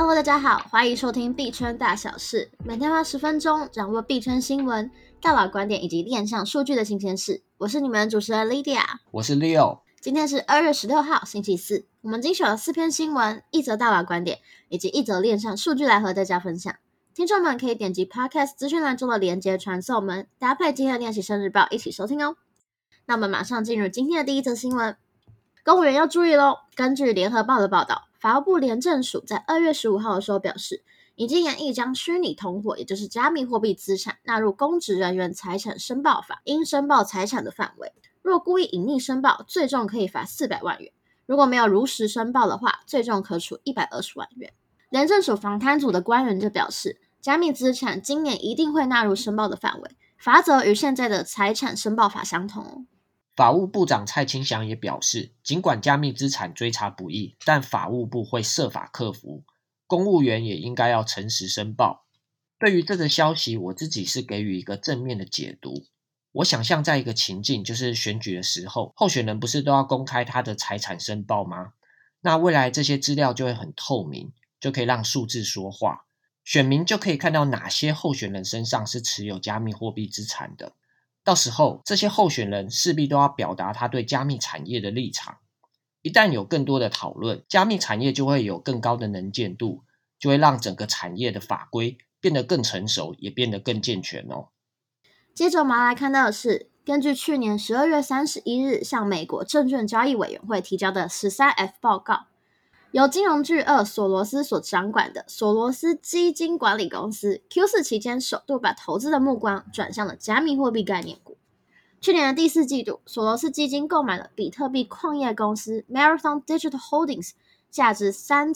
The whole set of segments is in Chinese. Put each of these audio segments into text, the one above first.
Hello， 大家好，欢迎收听币圈大小事，每天花10分钟掌握币圈新闻、大佬观点以及链上数据的新鲜事。我是你们主持人 Lydia， 我是 Leo。 今天是2月16号，星期四。我们精选了4篇新闻、1则大佬观点以及1则链上数据来和大家分享。听众们可以点击 Podcast 资讯栏中的连结传送门，搭配今天的练习生日报一起收听哦。那我们马上进入今天的第一则新闻。公务员要注意咯，根据联合报的报道，法务部廉政署在2月15号的时候表示，已经研议将虚拟通货，也就是加密货币资产纳入公职人员财产申报法应申报财产的范围。若故意隐匿申报，最重可以罚400万元；如果没有如实申报的话，最重可处120万元。廉政署防贪组的官员就表示，加密资产今年一定会纳入申报的范围，罚则与现在的财产申报法相同哦。 法务部长蔡清祥也表示，尽管加密资产追查不易，但法务部会设法克服，公务员也应该要诚实申报。对于这个消息，我自己是给予一个正面的解读。我想象在一个情境，就是选举的时候，候选人不是都要公开他的财产申报吗？那未来这些资料就会很透明，就可以让数字说话，选民就可以看到哪些候选人身上是持有加密货币资产的。到时候这些候选人势必都要表达他对加密产业的立场，一旦有更多的讨论，加密产业就会有更高的能见度，就会让整个产业的法规变得更成熟，也变得更健全哦。 接着我们来看到的是，根据去年12月31日向美国证券交易委员会提交的 13F 报告，由金融巨鳄索罗斯所掌管的索罗斯基金管理公司 Q4 期间首度把投资的目光转向了加密货币概念股。去年的第4季度，索罗斯基金购买了比特币矿业公司 Marathon Digital Holdings 价值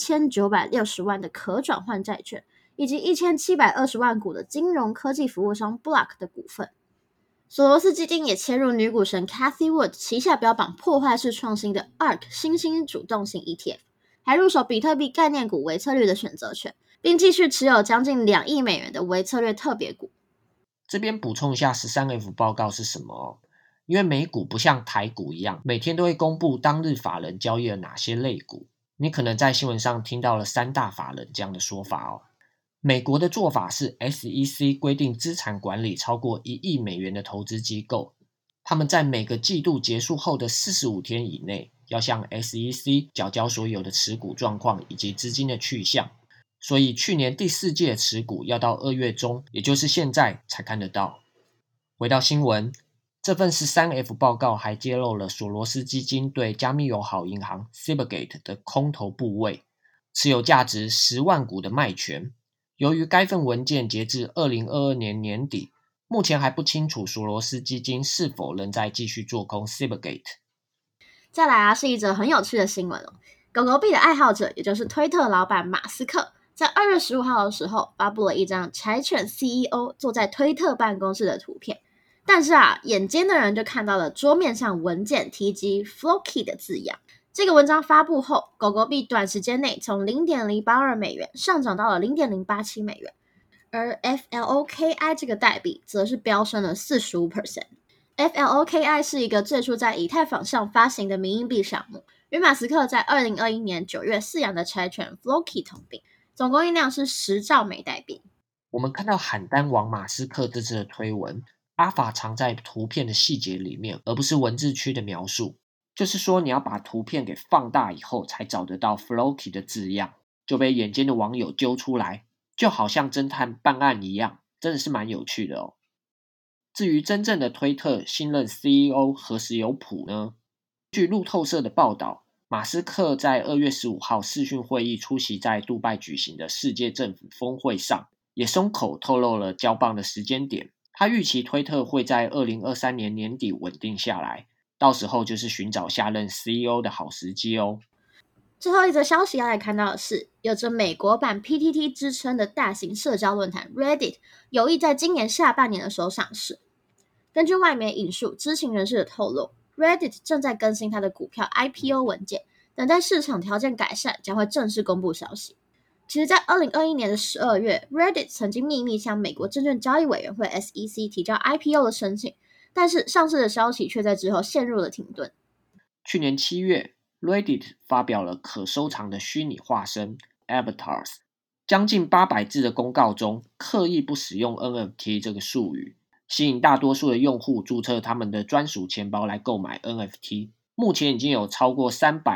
3960万的可转换债券，以及1720万股的金融科技服务商 Block 的股份。索罗斯基金也切入女股神 Cathie Wood 旗下标榜破坏式创新的 ARK 新兴主动型 ETF， 还入手比特币概念股微策略的选择权，并继续持有将近2亿美元的微策略特别股。 这边补充一下 13F 报告是什么哦？因为美股不像台股一样，每天都会公布当日法人交易了哪些类股，你可能在新闻上听到了3大法人这样的说法哦。美国的做法是 SEC 规定资产管理超过1亿美元的投资机构，他们在每个季度结束后的45天以内，要向 SEC 缴交所有的持股状况以及资金的去向。所以去年第4季的持股要到2月中，也就是现在才看得到。回到新闻，这份 13F 报告还揭露了索罗斯基金对加密友好银行 Silvergate 的空头部位，持有价值10万股的卖权。由于该份文件截至2022年年底，目前还不清楚索罗斯基金是否仍在继续做空 Silvergate。 再来是一则很有趣的新闻哦。狗狗币的爱好者，也就是推特老板马斯克，在2月15号的时候发布了一张柴犬 CEO 坐在推特办公室的图片，但是眼尖的人就看到了桌面上文件提及 Floki 的字样。这个文章发布后，狗狗币短时间内从 0.082 美元上涨到了 0.087 美元，而 FLOKI 这个代币则是飙升了 45%。FLOKI 是一个最初在以太坊上发行的民营币项目，与马斯克在2021年9月饲养的柴犬 Floki 同病，总供应量是10兆美代币。 我们看到喊单王马斯克这次的推文，阿法藏在图片的细节里面，而不是文字区的描述。就是说你要把图片给放大以后才找得到 Floki 的字样，就被眼尖的网友揪出来，就好像侦探办案一样，真的是蛮有趣的哦。至于真正的推特新任 CEO 何时有谱呢？据路透社的报道，马斯克在2月15号视讯会议出席在杜拜举行的世界政府峰会上，也松口透露了交棒的时间点。他预期推特会在2023年年底稳定下来，到时候就是寻找下任 CEO 的好时机哦。 最后一则消息要来看到的是，有着美国版 PTT 之称的大型社交论坛 Reddit 有意在今年下半年的时候上市。根据外媒引述知情人士的透露， Reddit 正在更新它的股票 IPO 文件，等待市场条件改善将会正式公布消息。其实在2021年的12月 Reddit 曾经秘密向美国证券交易委员会 SEC 提交 IPO 的申请，但是上市的消息却在之后陷入了停顿。 去年7月 Reddit 发表了可收藏的虚拟化身 Avatars， 将近800字的公告中刻意不使用 NFT 这个术语，吸引大多数的用户注册他们的专属钱包来购买 NFT。目前已经有超过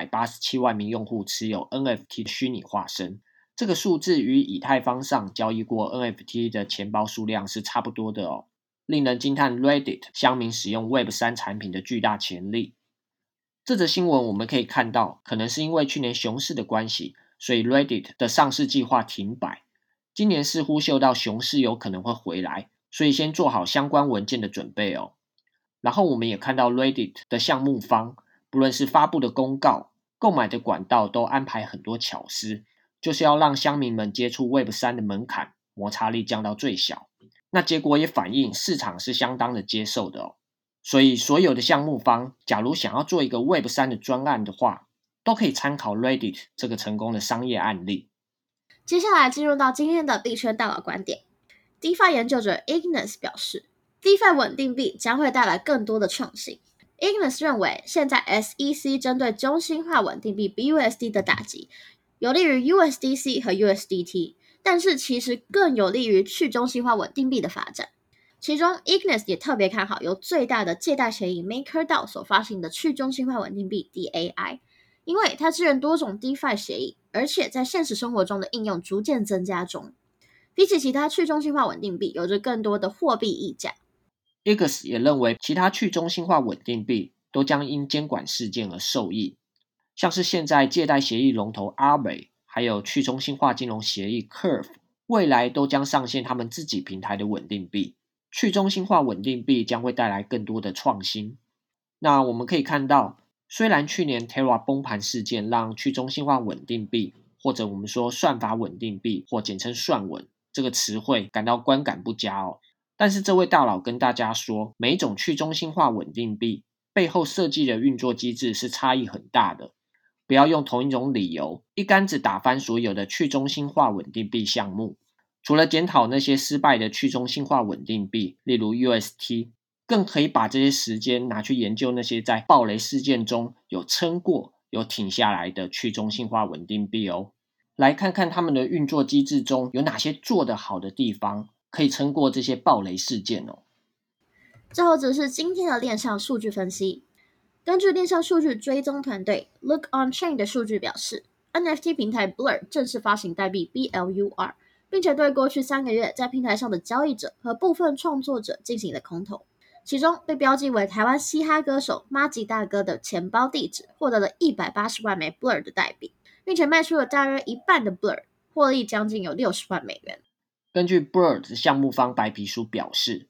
387万名用户持有 NFT 的虚拟化身，这个数字与以太坊上交易过 NFT 的钱包数量是差不多的哦，令人惊叹 Reddit 乡民使用 Web3 产品的巨大潜力。这则新闻我们可以看到，可能是因为去年熊市的关系，所以 Reddit 的上市计划停摆。今年似乎嗅到熊市有可能会回来，所以先做好相关文件的准备哦。然后我们也看到 Reddit 的项目方，不论是发布的公告、购买的管道都安排很多巧思，就是要让乡民们接触 Web3 的门槛摩擦力降到最小。那结果也反映市场是相当的接受的哦。所以所有的项目方假如想要做一个 Web3 的专案的话，都可以参考 Reddit 这个成功的商业案例。 接下来进入到今天的币圈大佬观点。DeFi 研究者 Ignis 表示， DeFi 稳定币将会带来更多的创新。Ignis 认为，现在 SEC 针对中心化稳定币 BUSD 的打击，有利于 USDC 和 USDT， 但是其实更有利于去中心化稳定币的发展。其中 Ignis 也特别看好由最大的借贷协议 MakerDAO 所发行的去中心化稳定币 DAI， 因为它支援多种 DeFi 协议，而且在现实生活中的应用逐渐增加中。比起其他去中心化稳定币，有着更多的货币溢价。 Ignis 也认为，其他去中心化稳定币都将因监管事件而受益，像是现在借贷协议龙头 Aave， 还有去中心化金融协议 Curve， 未来都将上线他们自己平台的稳定币。去中心化稳定币将会带来更多的创新。那我们可以看到，虽然去年 Terra 崩盘事件让去中心化稳定币，或者我们说算法稳定币，或简称算稳这个词汇感到观感不佳哦，但是这位大佬跟大家说，每一种去中心化稳定币背后设计的运作机制是差异很大的，不要用同一种理由一竿子打翻所有的去中心化稳定币项目。除了检讨那些失败的去中心化稳定币，例如 UST， 更可以把这些时间拿去研究那些在暴雷事件中有撑过、有挺下来的去中心化稳定币哦，来看看他们的运作机制中有哪些做得好的地方，可以撑过这些暴雷事件哦。 最后则是今天的链上数据分析。根据链上数据追踪团队 Look On Chain 的数据表示， NFT 平台 Blur 正式发行代币 BLUR，并且对过去3个月在平台上的交易者和部分创作者进行了空投，其中被标记为台湾嘻哈歌手妈吉大哥的钱包地址获得了180万枚 Blur 的代币，并且卖出了大约一半的 Blur， 获利将近有60万美元。 根据 Blur 的项目方白皮书表示，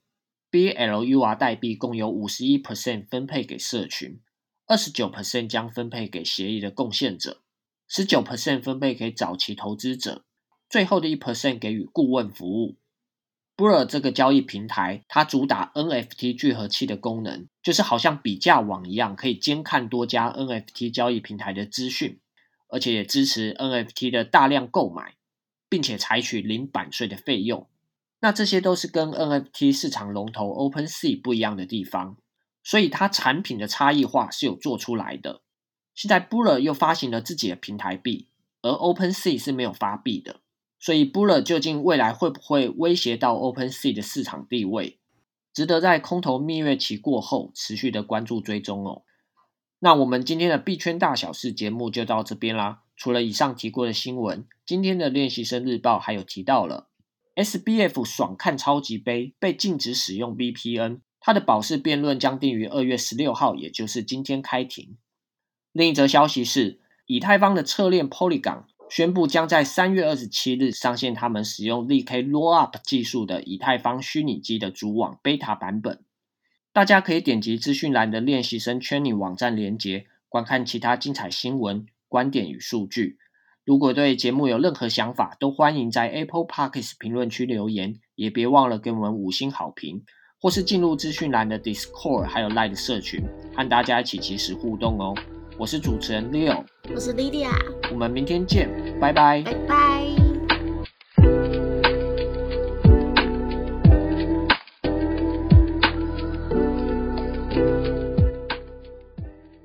BLUR 代币共有 51% 分配给社群， 29% 将分配给协议的贡献者， 19% 分配给早期投资者，最后的 1% 给予顾问服务。Blur 这个交易平台，它主打 NFT 聚合器的功能，就是好像比价网一样，可以监看多家 NFT 交易平台的资讯，而且也支持 NFT 的大量购买，并且采取零版税的费用。那这些都是跟 NFT 市场龙头 OpenSea 不一样的地方，所以它产品的差异化是有做出来的。现在 Blur 又发行了自己的平台币，而 OpenSea 是没有发币的，所以 Blur 究竟未来会不会威胁到 OpenSea 的市场地位，值得在空头蜜月期过后持续的关注追踪哦。那我们今天的币圈大小事节目就到这边啦。除了以上提过的新闻，今天的练习生日报还有提到了 SBF 爽看超级杯被禁止使用 VPN， 它的保释辩论将定于2月16号，也就是今天开庭。另一则消息是，以太坊的侧链 Polygon 宣布将在3月27日上线他们使用 ZK Rollup 技术的以太坊虚拟机的主网 Beta 版本。大家可以点击资讯栏的练习生圈里网站连结，观看其他精彩新闻、观点与数据。如果对节目有任何想法，都欢迎在 Apple Podcast 评论区留言，也别忘了给我们5星好评，或是进入资讯栏的 Discord 还有 Line 的社群，和大家一起即时互动哦。我是主持人 Leo， 我是 Lydia， 我们明天见，拜拜， 拜拜。